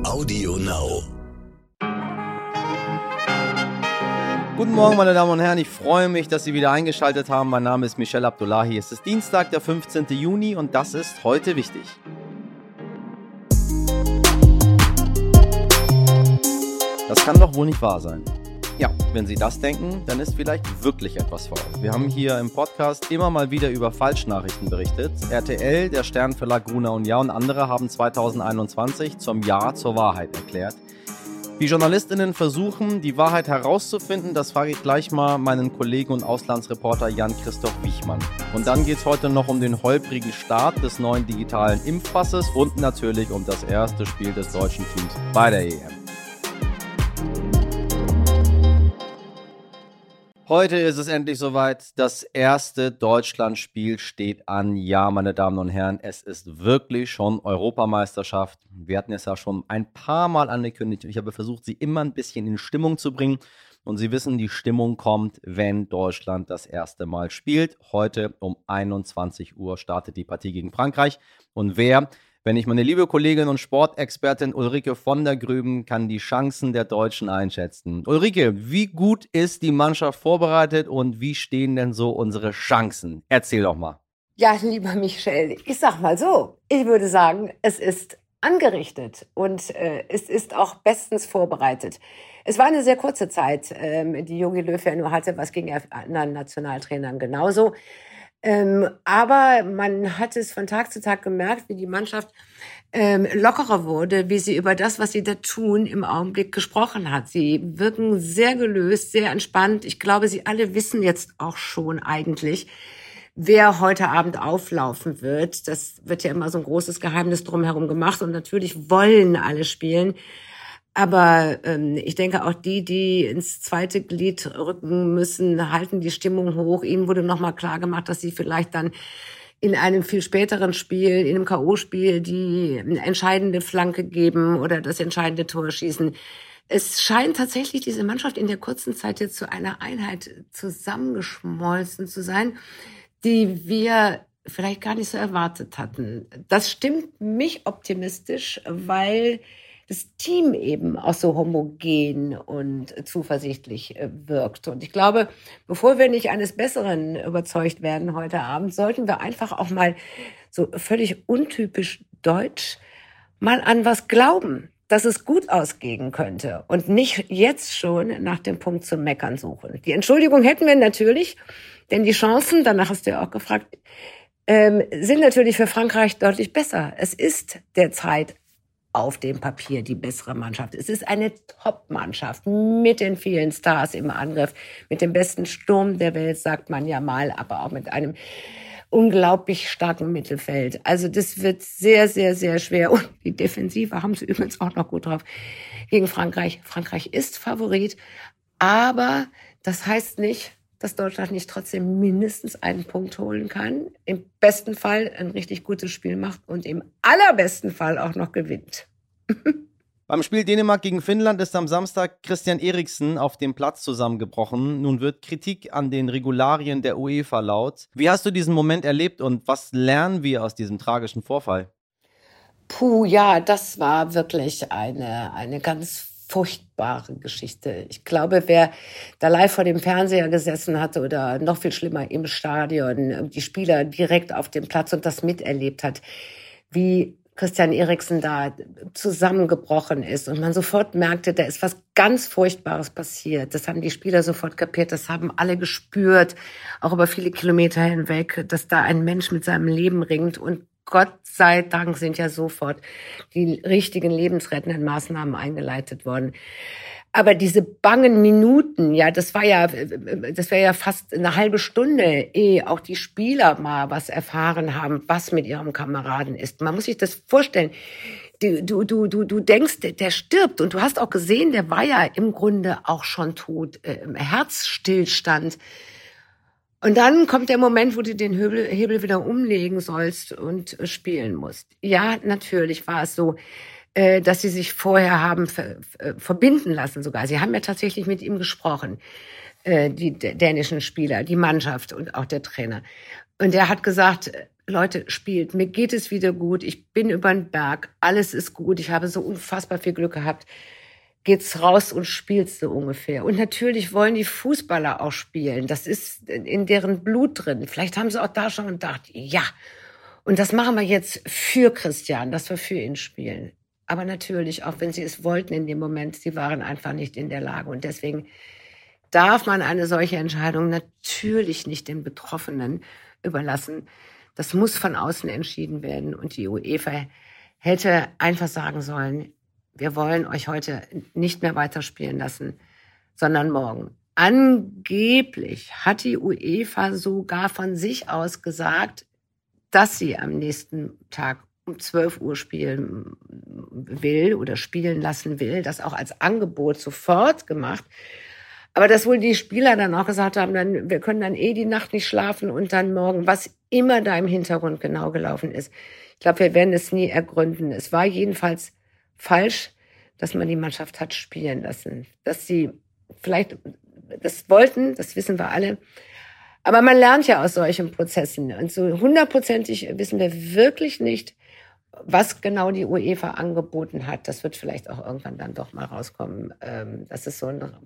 Audio Now. Guten Morgen, meine Damen und Herren. Ich freue mich, dass Sie wieder eingeschaltet haben. Mein Name ist Michel Abdullahi. Es ist Dienstag, der 15. Juni und das ist heute wichtig. Das kann doch wohl nicht wahr sein. Ja, wenn Sie das denken, dann ist vielleicht wirklich etwas faul. Wir haben hier im Podcast immer mal wieder über Falschnachrichten berichtet. RTL, der Sternverlag Gruner und Jahr und andere haben 2021 zum Jahr zur Wahrheit erklärt. Wie JournalistInnen versuchen, die Wahrheit herauszufinden, das frage ich gleich mal meinen Kollegen und Auslandsreporter Jan-Christoph Wichmann. Und dann geht es heute noch um den holprigen Start des neuen digitalen Impfpasses und natürlich um das erste Spiel des deutschen Teams bei der EM. Heute ist es endlich soweit. Das erste Deutschlandspiel steht an. Ja, meine Damen und Herren, es ist wirklich schon Europameisterschaft. Wir hatten es ja schon ein paar Mal angekündigt. Ich habe versucht, Sie immer ein bisschen in Stimmung zu bringen. Und Sie wissen, die Stimmung kommt, wenn Deutschland das erste Mal spielt. Heute um 21 Uhr startet die Partie gegen Frankreich. Und wer, wenn nicht meine liebe Kollegin und Sportexpertin Ulrike von der Grüben, kann die Chancen der Deutschen einschätzen. Ulrike, wie gut ist die Mannschaft vorbereitet und wie stehen denn so unsere Chancen? Erzähl doch mal. Ja, lieber Michel, ich sag mal so, ich würde sagen, es ist angerichtet und es ist auch bestens vorbereitet. Es war eine sehr kurze Zeit, die Jogi Löw ja nur hatte, was ging ja anderen Nationaltrainern genauso. Aber man hat es von Tag zu Tag gemerkt, wie die Mannschaft lockerer wurde, wie sie über das, was sie da tun, im Augenblick gesprochen hat. Sie wirken sehr gelöst, sehr entspannt. Ich glaube, sie alle wissen jetzt auch schon eigentlich, wer heute Abend auflaufen wird. Das wird ja immer so ein großes Geheimnis drumherum gemacht und natürlich wollen alle spielen. Aber ich denke auch die ins zweite Glied rücken müssen, halten die Stimmung hoch. Ihnen wurde nochmal klar gemacht, dass sie vielleicht dann in einem viel späteren Spiel, in einem K.O.-Spiel, die entscheidende Flanke geben oder das entscheidende Tor schießen. Es scheint tatsächlich diese Mannschaft in der kurzen Zeit jetzt zu einer Einheit zusammengeschmolzen zu sein, die wir vielleicht gar nicht so erwartet hatten. Das stimmt mich optimistisch, weil das Team eben auch so homogen und zuversichtlich wirkt. Und ich glaube, bevor wir nicht eines Besseren überzeugt werden heute Abend, sollten wir einfach auch mal so völlig untypisch deutsch mal an was glauben, dass es gut ausgehen könnte und nicht jetzt schon nach dem Punkt zum Meckern suchen. Die Entschuldigung hätten wir natürlich, denn die Chancen, danach hast du ja auch gefragt, sind natürlich für Frankreich deutlich besser. Es ist derzeit auf dem Papier die bessere Mannschaft. Es ist eine Top-Mannschaft mit den vielen Stars im Angriff, mit dem besten Sturm der Welt, sagt man ja mal, aber auch mit einem unglaublich starken Mittelfeld. Also das wird sehr, sehr, sehr schwer. Und die Defensive haben sie übrigens auch noch gut drauf gegen Frankreich. Frankreich ist Favorit, aber das heißt nicht, dass Deutschland nicht trotzdem mindestens einen Punkt holen kann, im besten Fall ein richtig gutes Spiel macht und im allerbesten Fall auch noch gewinnt. Beim Spiel Dänemark gegen Finnland ist am Samstag Christian Eriksen auf dem Platz zusammengebrochen. Nun wird Kritik an den Regularien der UEFA laut. Wie hast du diesen Moment erlebt und was lernen wir aus diesem tragischen Vorfall? Ja, das war wirklich eine ganz furchtbare Geschichte. Ich glaube, wer da live vor dem Fernseher gesessen hatte oder noch viel schlimmer im Stadion, die Spieler direkt auf dem Platz und das miterlebt hat, wie Christian Eriksen da zusammengebrochen ist und man sofort merkte, da ist was ganz Furchtbares passiert. Das haben die Spieler sofort kapiert, das haben alle gespürt, auch über viele Kilometer hinweg, dass da ein Mensch mit seinem Leben ringt und Gott sei Dank sind ja sofort die richtigen lebensrettenden Maßnahmen eingeleitet worden. Aber diese bangen Minuten, ja, das wäre ja fast eine halbe Stunde, ehe auch die Spieler mal was erfahren haben, was mit ihrem Kameraden ist. Man muss sich das vorstellen. Du denkst, der stirbt. Und du hast auch gesehen, der war ja im Grunde auch schon tot, Herzstillstand. Und dann kommt der Moment, wo du den Hebel wieder umlegen sollst und spielen musst. Ja, natürlich war es so, dass sie sich vorher haben verbinden lassen sogar. Sie haben ja tatsächlich mit ihm gesprochen, die dänischen Spieler, die Mannschaft und auch der Trainer. Und er hat gesagt, Leute, spielt, mir geht es wieder gut, ich bin über den Berg, alles ist gut, ich habe so unfassbar viel Glück gehabt. Geht's raus und spielst so ungefähr. Und natürlich wollen die Fußballer auch spielen. Das ist in deren Blut drin. Vielleicht haben sie auch da schon gedacht, ja. Und das machen wir jetzt für Christian, dass wir für ihn spielen. Aber natürlich, auch wenn sie es wollten in dem Moment, sie waren einfach nicht in der Lage. Und deswegen darf man eine solche Entscheidung natürlich nicht den Betroffenen überlassen. Das muss von außen entschieden werden. Und die UEFA hätte einfach sagen sollen, wir wollen euch heute nicht mehr weiterspielen lassen, sondern morgen. Angeblich hat die UEFA sogar von sich aus gesagt, dass sie am nächsten Tag um 12 Uhr spielen will oder spielen lassen will. Das auch als Angebot sofort gemacht. Aber dass wohl die Spieler dann auch gesagt haben, dann, wir können dann die Nacht nicht schlafen und dann morgen, was immer da im Hintergrund genau gelaufen ist. Ich glaube, wir werden es nie ergründen. Es war jedenfalls falsch, dass man die Mannschaft hat spielen lassen. Dass sie vielleicht das wollten, das wissen wir alle. Aber man lernt ja aus solchen Prozessen. Und so 100%ig wissen wir wirklich nicht, was genau die UEFA angeboten hat. Das wird vielleicht auch irgendwann dann doch mal rauskommen, dass es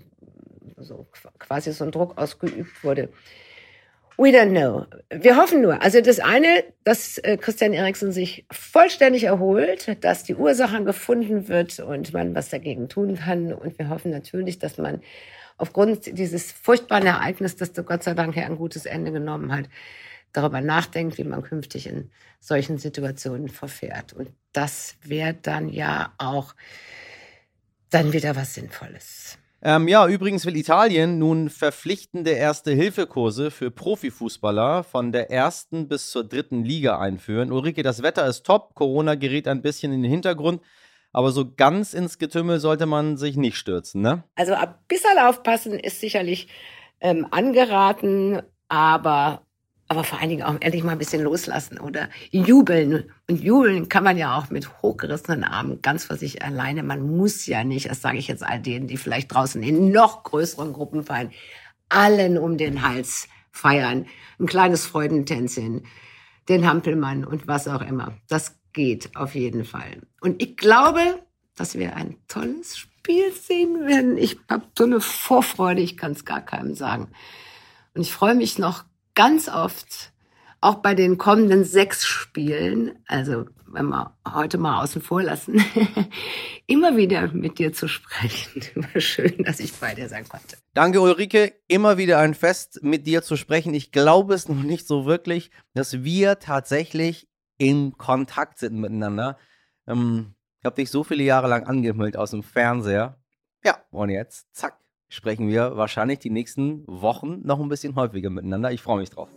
quasi so ein Druck ausgeübt wurde. We don't know. Wir hoffen nur. Also das eine, dass Christian Eriksen sich vollständig erholt, dass die Ursache gefunden wird und man was dagegen tun kann. Und wir hoffen natürlich, dass man aufgrund dieses furchtbaren Ereignisses, das Gott sei Dank ja ein gutes Ende genommen hat, darüber nachdenkt, wie man künftig in solchen Situationen verfährt. Und das wäre dann ja auch dann wieder was Sinnvolles. Übrigens will Italien nun verpflichtende Erste-Hilfe-Kurse für Profifußballer von der 1. bis zur 3. Liga einführen. Ulrike, das Wetter ist top, Corona gerät ein bisschen in den Hintergrund, aber so ganz ins Getümmel sollte man sich nicht stürzen, ne? Also ein bisschen aufpassen ist sicherlich angeraten, aber vor allen Dingen auch endlich mal ein bisschen loslassen oder jubeln. Und jubeln kann man ja auch mit hochgerissenen Armen ganz für sich alleine. Man muss ja nicht, das sage ich jetzt all denen, die vielleicht draußen in noch größeren Gruppen feiern, allen um den Hals feiern. Ein kleines Freudentänzchen, den Hampelmann und was auch immer. Das geht auf jeden Fall. Und ich glaube, dass wir ein tolles Spiel sehen werden. Ich habe so eine Vorfreude, ich kann es gar keinem sagen. Und ich freue mich noch ganz oft, auch bei den kommenden 6 Spielen, also wenn wir heute mal außen vor lassen, immer wieder mit dir zu sprechen. War schön, dass ich bei dir sein konnte. Danke, Ulrike. Immer wieder ein Fest, mit dir zu sprechen. Ich glaube es noch nicht so wirklich, dass wir tatsächlich in Kontakt sind miteinander. Ich habe dich so viele Jahre lang angehimmelt aus dem Fernseher. Ja, und jetzt, zack, sprechen wir wahrscheinlich die nächsten Wochen noch ein bisschen häufiger miteinander. Ich freue mich drauf.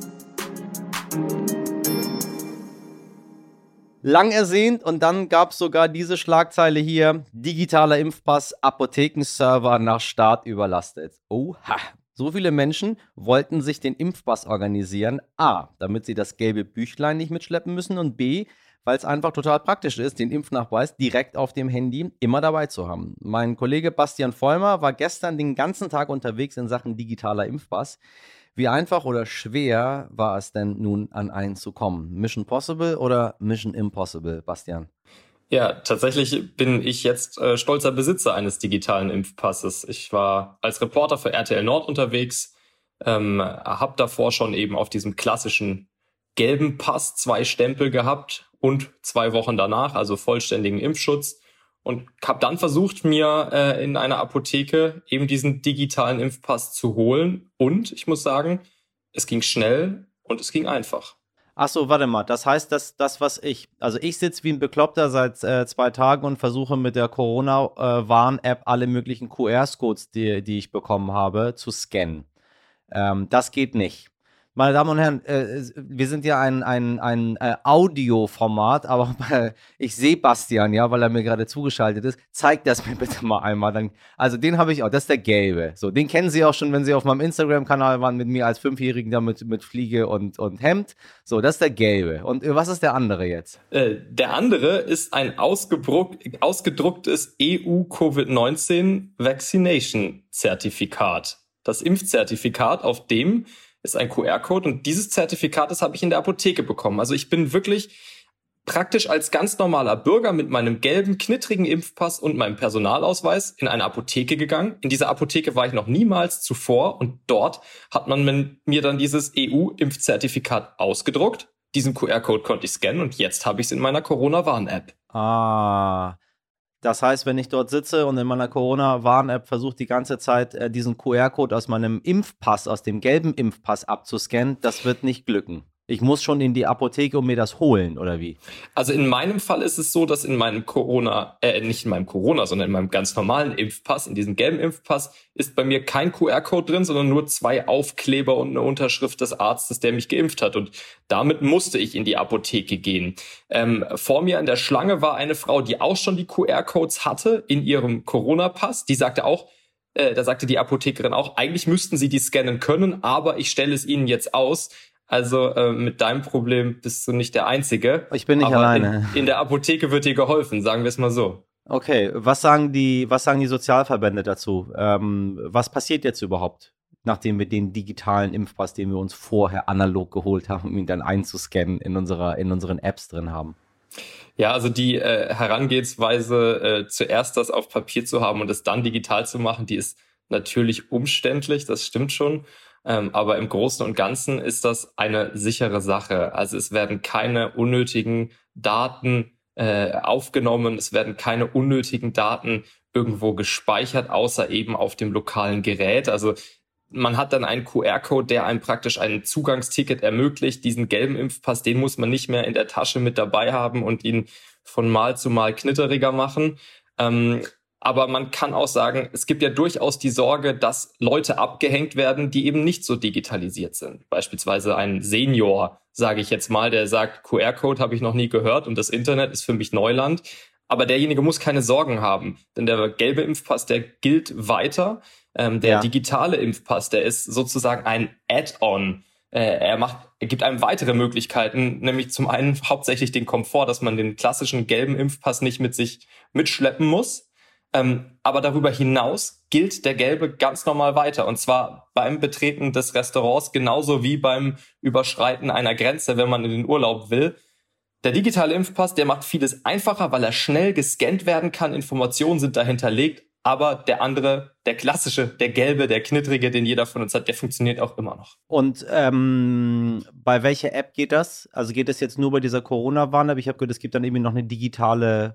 Lang ersehnt und dann gab es sogar diese Schlagzeile hier: digitaler Impfpass, Apothekenserver nach Start überlastet. Oha, so viele Menschen wollten sich den Impfpass organisieren. A, damit sie das gelbe Büchlein nicht mitschleppen müssen und B, weil es einfach total praktisch ist, den Impfnachweis direkt auf dem Handy immer dabei zu haben. Mein Kollege Bastian Vollmer war gestern den ganzen Tag unterwegs in Sachen digitaler Impfpass. Wie einfach oder schwer war es denn nun, an einen zu kommen? Mission Possible oder Mission Impossible, Bastian? Ja, tatsächlich bin ich jetzt stolzer Besitzer eines digitalen Impfpasses. Ich war als Reporter für RTL Nord unterwegs, habe davor schon eben auf diesem klassischen gelben Pass 2 Stempel gehabt und 2 Wochen danach, also vollständigen Impfschutz, und habe dann versucht, mir in einer Apotheke eben diesen digitalen Impfpass zu holen. Und ich muss sagen, es ging schnell und es ging einfach. Achso, warte mal, das heißt, ich sitze wie ein Bekloppter seit 2 Tagen und versuche mit der Corona-Warn-App alle möglichen QR-Codes, die ich bekommen habe, zu scannen. Das geht nicht. Meine Damen und Herren, wir sind ja ein Audioformat, aber ich sehe Bastian, ja, weil er mir gerade zugeschaltet ist. Zeigt das mir bitte mal einmal. Also den habe ich auch, das ist der gelbe. So, den kennen Sie auch schon, wenn Sie auf meinem Instagram-Kanal waren mit mir als 5-Jährigen da mit Fliege und Hemd. So, das ist der gelbe. Und was ist der andere jetzt? Der andere ist ein ausgedrucktes EU-Covid-19 Vaccination-Zertifikat. Das Impfzertifikat, auf dem ist ein QR-Code und dieses Zertifikat, das habe ich in der Apotheke bekommen. Also ich bin wirklich praktisch als ganz normaler Bürger mit meinem gelben, knittrigen Impfpass und meinem Personalausweis in eine Apotheke gegangen. In dieser Apotheke war ich noch niemals zuvor und dort hat man mir dann dieses EU-Impfzertifikat ausgedruckt. Diesen QR-Code konnte ich scannen und jetzt habe ich es in meiner Corona-Warn-App. Das heißt, wenn ich dort sitze und in meiner Corona-Warn-App versuche die ganze Zeit diesen QR-Code aus meinem Impfpass, aus dem gelben Impfpass abzuscannen, das wird nicht glücken. Ich muss schon in die Apotheke und mir das holen, oder wie? Also in meinem Fall ist es so, dass in meinem nicht in meinem Corona, sondern in meinem ganz normalen Impfpass, in diesem gelben Impfpass, ist bei mir kein QR-Code drin, sondern nur 2 Aufkleber und eine Unterschrift des Arztes, der mich geimpft hat. Und damit musste ich in die Apotheke gehen. Vor mir in der Schlange war eine Frau, die auch schon die QR-Codes hatte in ihrem Corona-Pass. Die sagte auch, da sagte die Apothekerin auch, eigentlich müssten sie die scannen können, aber ich stelle es ihnen jetzt aus. Also mit deinem Problem bist du nicht der Einzige. Ich bin nicht alleine. In der Apotheke wird dir geholfen, sagen wir es mal so. Okay, was sagen die Sozialverbände dazu? Was passiert jetzt überhaupt, nachdem wir den digitalen Impfpass, den wir uns vorher analog geholt haben, um ihn dann einzuscannen, in unseren Apps drin haben? Ja, also die Herangehensweise, zuerst das auf Papier zu haben und es dann digital zu machen, die ist natürlich umständlich, das stimmt schon. Aber im Großen und Ganzen ist das eine sichere Sache. Also es werden keine unnötigen Daten aufgenommen, es werden keine unnötigen Daten irgendwo gespeichert, außer eben auf dem lokalen Gerät. Also man hat dann einen QR-Code, der einem praktisch ein Zugangsticket ermöglicht. Diesen gelben Impfpass, den muss man nicht mehr in der Tasche mit dabei haben und ihn von Mal zu Mal knitteriger machen. Aber man kann auch sagen, es gibt ja durchaus die Sorge, dass Leute abgehängt werden, die eben nicht so digitalisiert sind. Beispielsweise ein Senior, sage ich jetzt mal, der sagt, QR-Code habe ich noch nie gehört und das Internet ist für mich Neuland. Aber derjenige muss keine Sorgen haben, denn der gelbe Impfpass, der gilt weiter. Der digitale Impfpass, der ist sozusagen ein Add-on. Er gibt einem weitere Möglichkeiten, nämlich zum einen hauptsächlich den Komfort, dass man den klassischen gelben Impfpass nicht mit sich mitschleppen muss. Aber darüber hinaus gilt der gelbe ganz normal weiter. Und zwar beim Betreten des Restaurants genauso wie beim Überschreiten einer Grenze, wenn man in den Urlaub will. Der digitale Impfpass, der macht vieles einfacher, weil er schnell gescannt werden kann. Informationen sind da hinterlegt. Aber der andere, der klassische, der gelbe, der knittrige, den jeder von uns hat, der funktioniert auch immer noch. Und bei welcher App geht das? Also geht es jetzt nur bei dieser Corona-Warn-App? Ich habe gehört, es gibt dann irgendwie noch eine digitale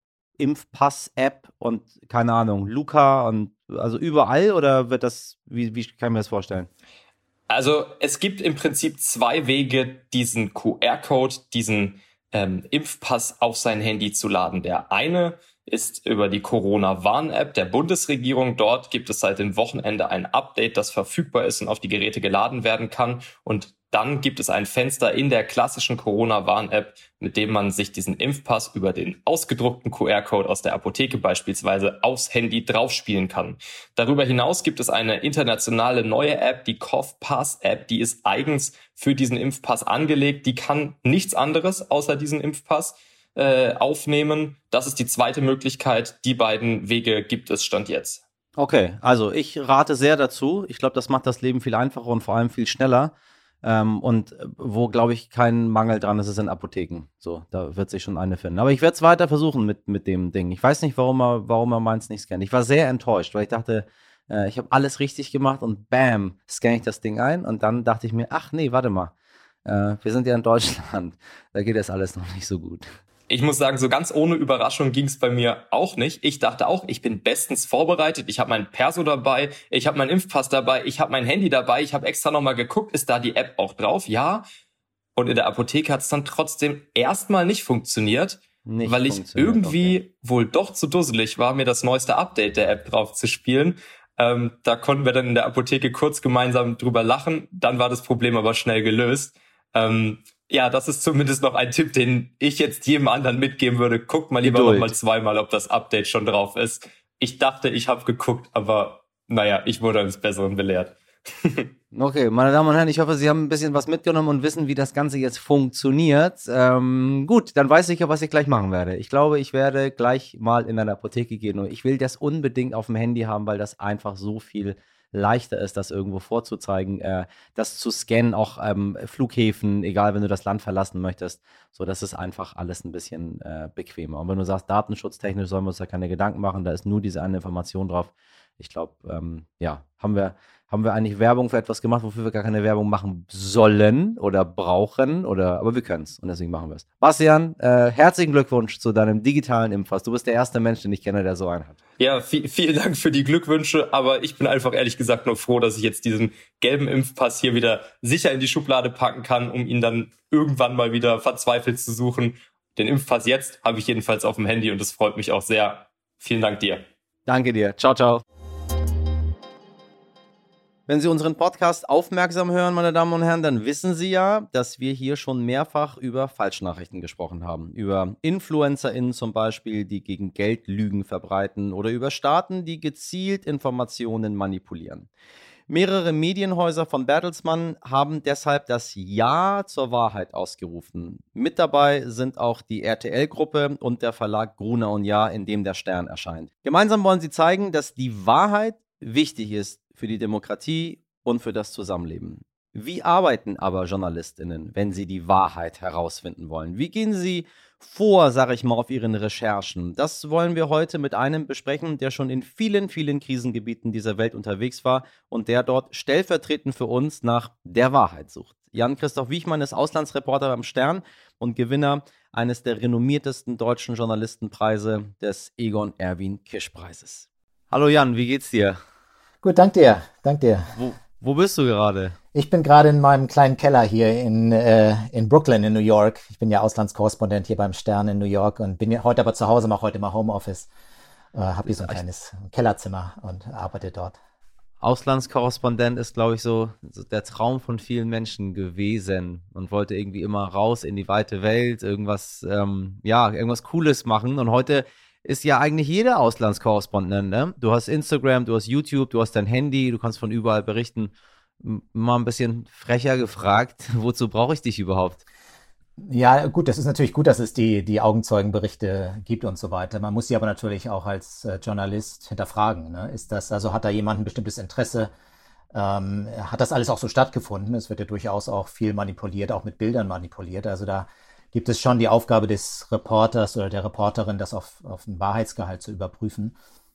Impfpass-App und keine Ahnung, Luca und also überall, oder wird das, wie kann ich mir das vorstellen? Also es gibt im Prinzip 2 Wege, diesen QR-Code, diesen Impfpass auf sein Handy zu laden. Der eine ist über die Corona-Warn-App der Bundesregierung. Dort gibt es seit dem Wochenende ein Update, das verfügbar ist und auf die Geräte geladen werden kann. Und dann gibt es ein Fenster in der klassischen Corona-Warn-App, mit dem man sich diesen Impfpass über den ausgedruckten QR-Code aus der Apotheke beispielsweise aufs Handy draufspielen kann. Darüber hinaus gibt es eine internationale neue App, die CoughPass-App, die ist eigens für diesen Impfpass angelegt. Die kann nichts anderes außer diesen Impfpass aufnehmen. Das ist die zweite Möglichkeit. Die beiden Wege gibt es Stand jetzt. Okay, also ich rate sehr dazu. Ich glaube, das macht das Leben viel einfacher und vor allem viel schneller. Und wo, glaube ich, kein Mangel dran ist, ist in Apotheken. So, da wird sich schon eine finden. Aber ich werde es weiter versuchen mit dem Ding. Ich weiß nicht, warum er meins nicht scannt. Ich war sehr enttäuscht, weil ich dachte, ich habe alles richtig gemacht und bam, scanne ich das Ding ein. Und dann dachte ich mir, ach nee, warte mal. Wir sind ja in Deutschland. Da geht das alles noch nicht so gut. Ich muss sagen, so ganz ohne Überraschung ging es bei mir auch nicht. Ich dachte auch, ich bin bestens vorbereitet. Ich habe mein Perso dabei, ich habe meinen Impfpass dabei, ich habe mein Handy dabei. Ich habe extra nochmal geguckt, ist da die App auch drauf? Ja. Und in der Apotheke hat es dann trotzdem erstmal nicht funktioniert, weil ich irgendwie wohl doch zu dusselig war, mir das neueste Update der App drauf zu spielen. Da konnten wir dann in der Apotheke kurz gemeinsam drüber lachen. Dann war das Problem aber schnell gelöst. Ja, das ist zumindest noch ein Tipp, den ich jetzt jedem anderen mitgeben würde. Guckt mal lieber noch mal zweimal, ob das Update schon drauf ist. Ich dachte, ich habe geguckt, aber naja, ich wurde eines Besseren belehrt. Okay, meine Damen und Herren, ich hoffe, Sie haben ein bisschen was mitgenommen und wissen, wie das Ganze jetzt funktioniert. Gut, dann weiß ich ja, was ich gleich machen werde. Ich glaube, ich werde gleich mal in eine Apotheke gehen und ich will das unbedingt auf dem Handy haben, weil das einfach so viel leichter ist, das irgendwo vorzuzeigen, das zu scannen, auch Flughäfen, egal, wenn du das Land verlassen möchtest, so, das ist einfach alles ein bisschen bequemer. Und wenn du sagst, datenschutztechnisch sollen wir uns da keine Gedanken machen, da ist nur diese eine Information drauf. Ich glaube, haben wir eigentlich Werbung für etwas gemacht, wofür wir gar keine Werbung machen sollen oder brauchen, aber wir können es und deswegen machen wir es. Bastian, herzlichen Glückwunsch zu deinem digitalen Impfpass. Du bist der erste Mensch, den ich kenne, der so einen hat. Ja, vielen Dank für die Glückwünsche, aber ich bin einfach ehrlich gesagt nur froh, dass ich jetzt diesen gelben Impfpass hier wieder sicher in die Schublade packen kann, um ihn dann irgendwann mal wieder verzweifelt zu suchen. Den Impfpass jetzt habe ich jedenfalls auf dem Handy und das freut mich auch sehr. Vielen Dank dir. Danke dir. Ciao, ciao. Wenn Sie unseren Podcast aufmerksam hören, meine Damen und Herren, dann wissen Sie ja, dass wir hier schon mehrfach über Falschnachrichten gesprochen haben. Über InfluencerInnen zum Beispiel, die gegen Geld Lügen verbreiten oder über Staaten, die gezielt Informationen manipulieren. Mehrere Medienhäuser von Bertelsmann haben deshalb das Ja zur Wahrheit ausgerufen. Mit dabei sind auch die RTL-Gruppe und der Verlag Gruner und Jahr, in dem der Stern erscheint. Gemeinsam wollen sie zeigen, dass die Wahrheit wichtig ist für die Demokratie und für das Zusammenleben. Wie arbeiten aber JournalistInnen, wenn sie die Wahrheit herausfinden wollen? Wie gehen sie vor, sage ich mal, auf ihren Recherchen? Das wollen wir heute mit einem besprechen, der schon in vielen, vielen Krisengebieten dieser Welt unterwegs war und der dort stellvertretend für uns nach der Wahrheit sucht. Jan-Christoph Wiechmann ist Auslandsreporter beim Stern und Gewinner eines der renommiertesten deutschen Journalistenpreise, des Egon Erwin Kisch-Preises. Hallo Jan, wie geht's dir? Gut, dank dir. Wo bist du gerade? Ich bin gerade in meinem kleinen Keller hier in Brooklyn in New York. Ich bin ja Auslandskorrespondent hier beim Stern in New York und bin heute aber zu Hause, mache heute mal Homeoffice. Habe hier so ein kleines Kellerzimmer und arbeite dort. Auslandskorrespondent ist, glaube ich, so der Traum von vielen Menschen gewesen und wollte irgendwie immer raus in die weite Welt, irgendwas Cooles machen. Und heute ist ja eigentlich jeder Auslandskorrespondent, ne? Du hast Instagram, du hast YouTube, du hast dein Handy, du kannst von überall berichten. Mal ein bisschen frecher gefragt, wozu brauche ich dich überhaupt? Ja, gut, das ist natürlich gut, dass es die Augenzeugenberichte gibt und so weiter. Man muss sie aber natürlich auch als Journalist hinterfragen, ne? Hat da jemand ein bestimmtes Interesse? Hat das alles auch so stattgefunden? Es wird ja durchaus auch viel manipuliert, auch mit Bildern manipuliert. Also da gibt es schon die Aufgabe des Reporters oder der Reporterin, das auf den Wahrheitsgehalt zu überprüfen.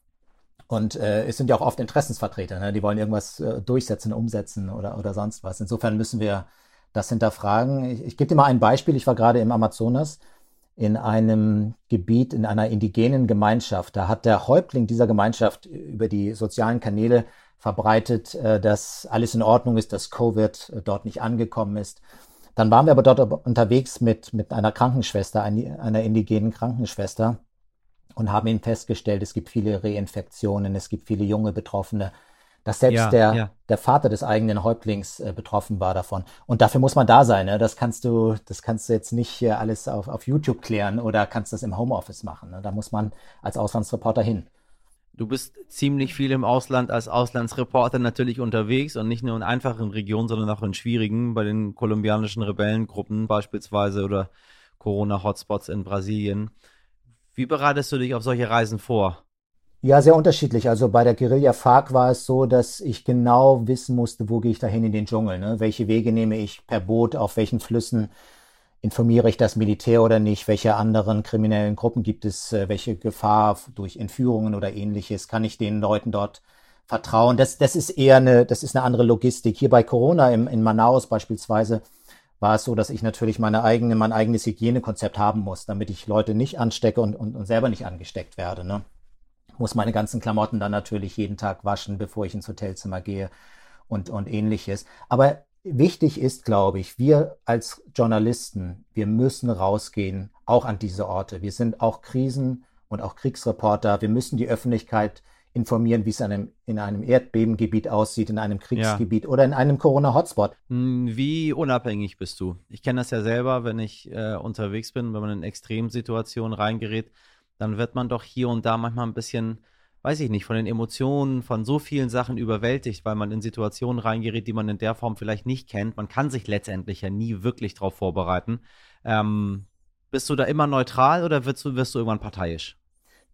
Und es sind ja auch oft Interessensvertreter, ne? Die wollen irgendwas durchsetzen, umsetzen oder sonst was. Insofern müssen wir das hinterfragen. Ich gebe dir mal ein Beispiel. Ich war gerade im Amazonas in einem Gebiet, in einer indigenen Gemeinschaft. Da hat der Häuptling dieser Gemeinschaft über die sozialen Kanäle verbreitet, dass alles in Ordnung ist, dass Covid dort nicht angekommen ist. Dann waren wir aber dort unterwegs mit einer Krankenschwester, einer indigenen Krankenschwester und haben eben festgestellt, es gibt viele Reinfektionen, es gibt viele junge Betroffene, dass selbst der Vater des eigenen Häuptlings betroffen war davon. Und dafür muss man da sein, ne? Das kannst du jetzt nicht alles auf YouTube klären oder kannst das im Homeoffice machen, ne? Da muss man als Auslandsreporter hin. Du bist ziemlich viel im Ausland als Auslandsreporter natürlich unterwegs und nicht nur in einfachen Regionen, sondern auch in schwierigen, bei den kolumbianischen Rebellengruppen beispielsweise oder Corona-Hotspots in Brasilien. Wie bereitest du dich auf solche Reisen vor? Ja, sehr unterschiedlich. Also bei der Guerilla FARC war es so, dass ich genau wissen musste, wo gehe ich dahin in den Dschungel, ne? Welche Wege nehme ich per Boot, auf welchen Flüssen informiere ich das Militär oder nicht? Welche anderen kriminellen Gruppen gibt es? Welche Gefahr durch Entführungen oder ähnliches? Kann ich den Leuten dort vertrauen? Das ist eher eine andere Logistik. Hier bei Corona in Manaus beispielsweise war es so, dass ich natürlich mein eigenes Hygienekonzept haben muss, damit ich Leute nicht anstecke und selber nicht angesteckt werde, ne? Muss meine ganzen Klamotten dann natürlich jeden Tag waschen, bevor ich ins Hotelzimmer gehe und ähnliches. Aber wichtig ist, glaube ich, wir als Journalisten, wir müssen rausgehen, auch an diese Orte. Wir sind auch Krisen- und auch Kriegsreporter. Wir müssen die Öffentlichkeit informieren, wie es in einem Erdbebengebiet aussieht, in einem Kriegsgebiet oder in einem Corona-Hotspot. Wie unabhängig bist du? Ich kenne das ja selber, wenn ich unterwegs bin, wenn man in Extremsituationen reingerät, dann wird man doch hier und da manchmal ein bisschen, weiß ich nicht, von den Emotionen, von so vielen Sachen überwältigt, weil man in Situationen reingerät, die man in der Form vielleicht nicht kennt. Man kann sich letztendlich ja nie wirklich darauf vorbereiten. Bist du da immer neutral oder wirst du irgendwann parteiisch?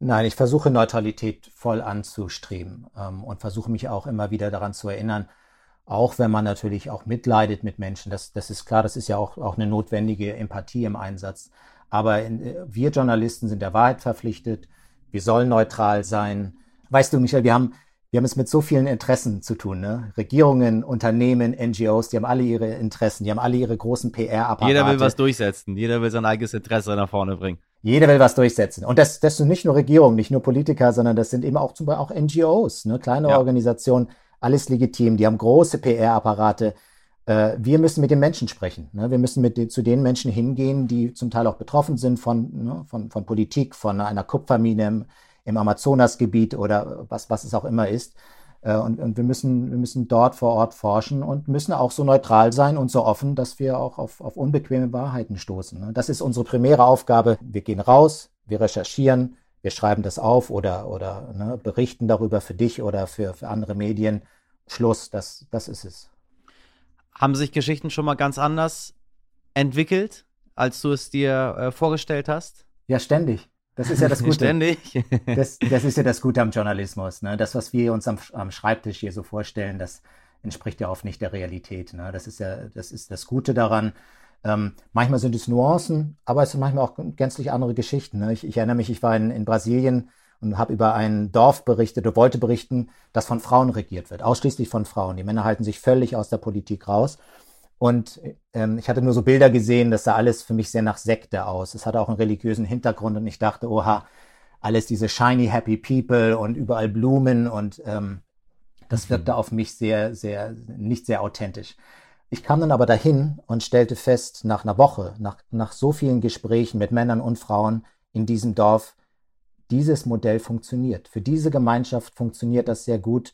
Nein, ich versuche Neutralität voll anzustreben und versuche mich auch immer wieder daran zu erinnern, auch wenn man natürlich auch mitleidet mit Menschen. Das ist klar, das ist ja auch eine notwendige Empathie im Einsatz. Aber wir Journalisten sind der Wahrheit verpflichtet. Wir sollen neutral sein. Weißt du, Michael, wir haben es mit so vielen Interessen zu tun, ne? Regierungen, Unternehmen, NGOs, die haben alle ihre Interessen, die haben alle ihre großen PR-Apparate. Jeder will was durchsetzen, jeder will sein eigenes Interesse nach vorne bringen. Jeder will was durchsetzen. Und das sind nicht nur Regierungen, nicht nur Politiker, sondern das sind eben auch zum Beispiel auch NGOs, ne? Kleine Organisationen, alles legitim, die haben große PR-Apparate. Wir müssen mit den Menschen sprechen, ne? Wir müssen zu den Menschen hingehen, die zum Teil auch betroffen sind von Politik, von einer Kupfermine im Amazonasgebiet oder was es auch immer ist. Und wir müssen dort vor Ort forschen und müssen auch so neutral sein und so offen, dass wir auch auf unbequeme Wahrheiten stoßen, ne? Das ist unsere primäre Aufgabe. Wir gehen raus, wir recherchieren, wir schreiben das auf oder berichten darüber für dich oder für andere Medien. Schluss, das ist es. Haben sich Geschichten schon mal ganz anders entwickelt, als du es dir vorgestellt hast? Ja, ständig. Das ist ja das Gute. Ständig. Das ist ja das Gute am Journalismus, ne? Das, was wir uns am Schreibtisch hier so vorstellen, das entspricht ja oft nicht der Realität, ne? Das ist das Gute daran. Manchmal sind es Nuancen, aber es sind manchmal auch gänzlich andere Geschichten, ne? Ich erinnere mich, ich war in Brasilien und habe über ein Dorf berichtet oder wollte berichten, das von Frauen regiert wird, ausschließlich von Frauen. Die Männer halten sich völlig aus der Politik raus. Und ich hatte nur so Bilder gesehen, das sah alles für mich sehr nach Sekte aus. Es hatte auch einen religiösen Hintergrund und ich dachte, oha, alles diese shiny happy people und überall Blumen und das wirkte auf mich nicht sehr authentisch. Ich kam dann aber dahin und stellte fest, nach einer Woche, nach so vielen Gesprächen mit Männern und Frauen in diesem Dorf, dieses Modell funktioniert. Für diese Gemeinschaft funktioniert das sehr gut.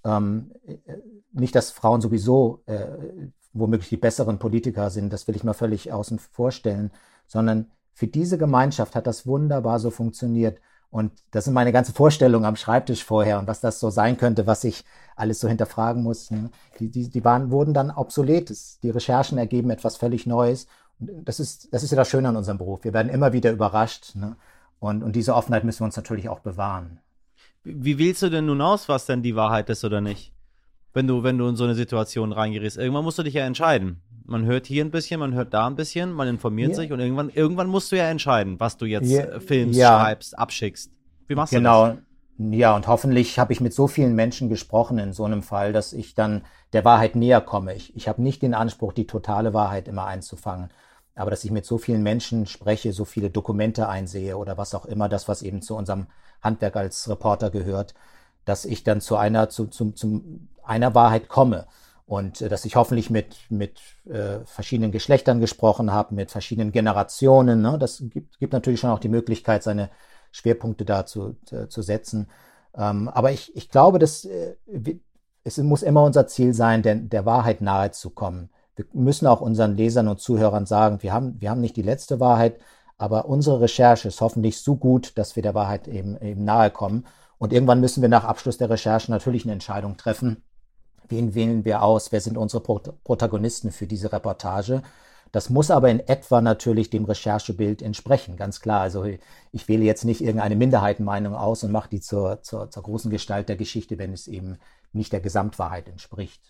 Nicht, dass Frauen sowieso womöglich die besseren Politiker sind, das will ich mal völlig außen vor stellen, sondern für diese Gemeinschaft hat das wunderbar so funktioniert. Und das sind meine ganzen Vorstellungen am Schreibtisch vorher und was das so sein könnte, was ich alles so hinterfragen muss. Ne? Wurden dann obsolet. Die Recherchen ergeben etwas völlig Neues. Und das ist ja das Schöne an unserem Beruf. Wir werden immer wieder überrascht, ne? Und diese Offenheit müssen wir uns natürlich auch bewahren. Wie wählst du denn nun aus, was denn die Wahrheit ist oder nicht? Wenn du in so eine Situation reingerätst. Irgendwann musst du dich ja entscheiden. Man hört hier ein bisschen, man hört da ein bisschen, man informiert sich und irgendwann musst du ja entscheiden, was du jetzt filmst, schreibst, abschickst. Wie machst du das? Genau, ja, und hoffentlich habe ich mit so vielen Menschen gesprochen in so einem Fall, dass ich dann der Wahrheit näher komme. Ich habe nicht den Anspruch, die totale Wahrheit immer einzufangen, aber dass ich mit so vielen Menschen spreche, so viele Dokumente einsehe oder was auch immer, das, was eben zu unserem Handwerk als Reporter gehört, dass ich dann zu einer Wahrheit komme und dass ich hoffentlich mit verschiedenen Geschlechtern gesprochen habe, mit verschiedenen Generationen. Ne? Das gibt natürlich schon auch die Möglichkeit, seine Schwerpunkte da zu setzen. Aber ich glaube, dass es muss immer unser Ziel sein, der Wahrheit nahe zu kommen. Wir müssen auch unseren Lesern und Zuhörern sagen, wir haben nicht die letzte Wahrheit, aber unsere Recherche ist hoffentlich so gut, dass wir der Wahrheit eben nahe kommen. Und irgendwann müssen wir nach Abschluss der Recherche natürlich eine Entscheidung treffen. Wen wählen wir aus? Wer sind unsere Protagonisten für diese Reportage? Das muss aber in etwa natürlich dem Recherchebild entsprechen, ganz klar. Also ich wähle jetzt nicht irgendeine Minderheitenmeinung aus und mache die zur großen Gestalt der Geschichte, wenn es eben nicht der Gesamtwahrheit entspricht.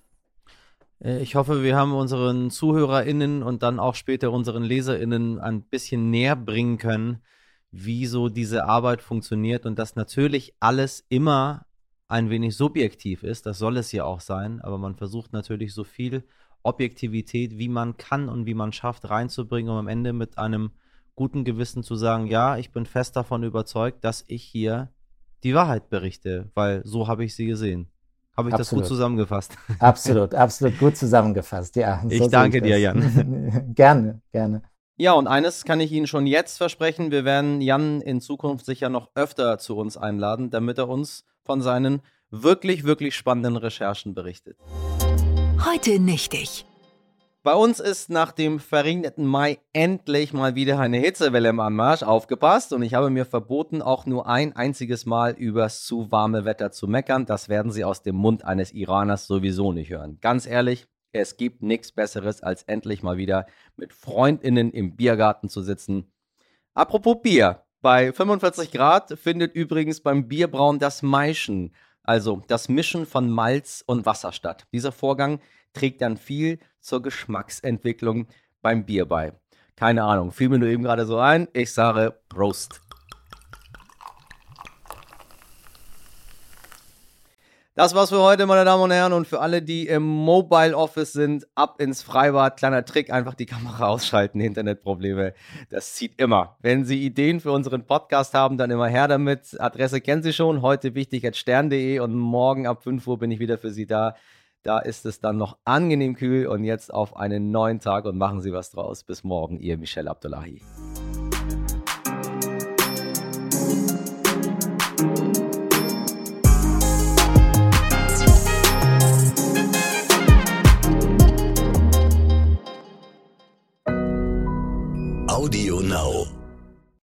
Ich hoffe, wir haben unseren ZuhörerInnen und dann auch später unseren LeserInnen ein bisschen näher bringen können, wie so diese Arbeit funktioniert und dass natürlich alles immer ein wenig subjektiv ist. Das soll es ja auch sein, aber man versucht natürlich so viel Objektivität, wie man kann und wie man schafft, reinzubringen, um am Ende mit einem guten Gewissen zu sagen, ja, ich bin fest davon überzeugt, dass ich hier die Wahrheit berichte, weil so habe ich sie gesehen. Habe ich das gut zusammengefasst? Absolut gut zusammengefasst, ja. So ich danke dir, Jan. Gerne. Ja, und eines kann ich Ihnen schon jetzt versprechen, wir werden Jan in Zukunft sicher noch öfter zu uns einladen, damit er uns von seinen wirklich, wirklich spannenden Recherchen berichtet. Heute nichtig. Bei uns ist nach dem verregneten Mai endlich mal wieder eine Hitzewelle im Anmarsch. Aufgepasst, und ich habe mir verboten, auch nur ein einziges Mal übers zu warme Wetter zu meckern. Das werden Sie aus dem Mund eines Iraners sowieso nicht hören. Ganz ehrlich, es gibt nichts Besseres, als endlich mal wieder mit FreundInnen im Biergarten zu sitzen. Apropos Bier. Bei 45 Grad findet übrigens beim Bierbrauen das Maischen, also das Mischen von Malz und Wasser statt. Dieser Vorgang trägt dann viel zur Geschmacksentwicklung beim Bier bei. Keine Ahnung, fiel mir nur eben gerade so ein. Ich sage Prost. Das war's für heute, meine Damen und Herren. Und für alle, die im Mobile Office sind, ab ins Freibad. Kleiner Trick, einfach die Kamera ausschalten, Internetprobleme. Das zieht immer. Wenn Sie Ideen für unseren Podcast haben, dann immer her damit. Adresse kennen Sie schon, heute wichtig @stern.de und morgen ab 5 Uhr bin ich wieder für Sie da. Da ist es dann noch angenehm kühl und jetzt auf einen neuen Tag und machen Sie was draus. Bis morgen, Ihr Michel Abdullahi.